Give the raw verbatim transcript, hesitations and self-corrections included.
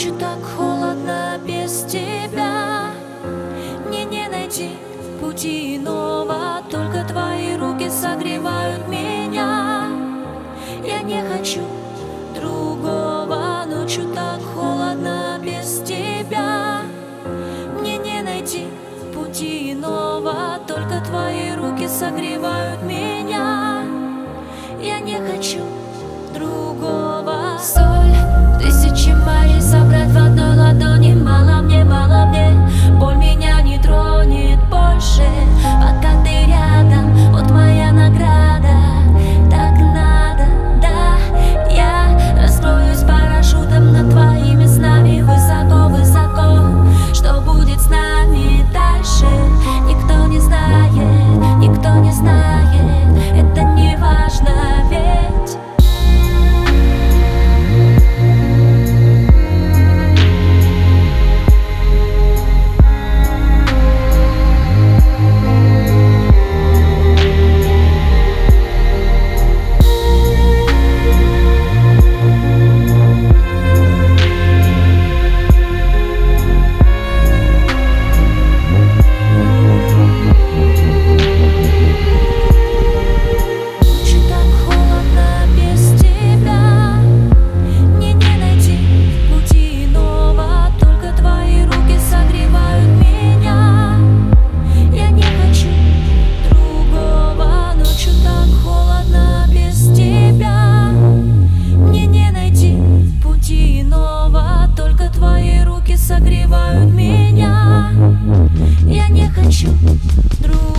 Ночью так холодно без тебя. Мне не найти пути иного, только твои руки согревают меня. Я не хочу другого. Ночью так холодно без тебя. Мне не найти пути иного, только твои руки согревают меня. Я не хочу другого. Соль тысячи морей собрать в одной ладони. Мало мне, мало мне. Боль меня не тронет больше, пока ты рядом. Вот моя награда. Так надо, да. Я раскроюсь парашютом над твоими снами. Высоко, высоко. Что будет с нами дальше, никто не знает, никто не знает. Это не важно, ведь согревают меня. Я не хочу друг.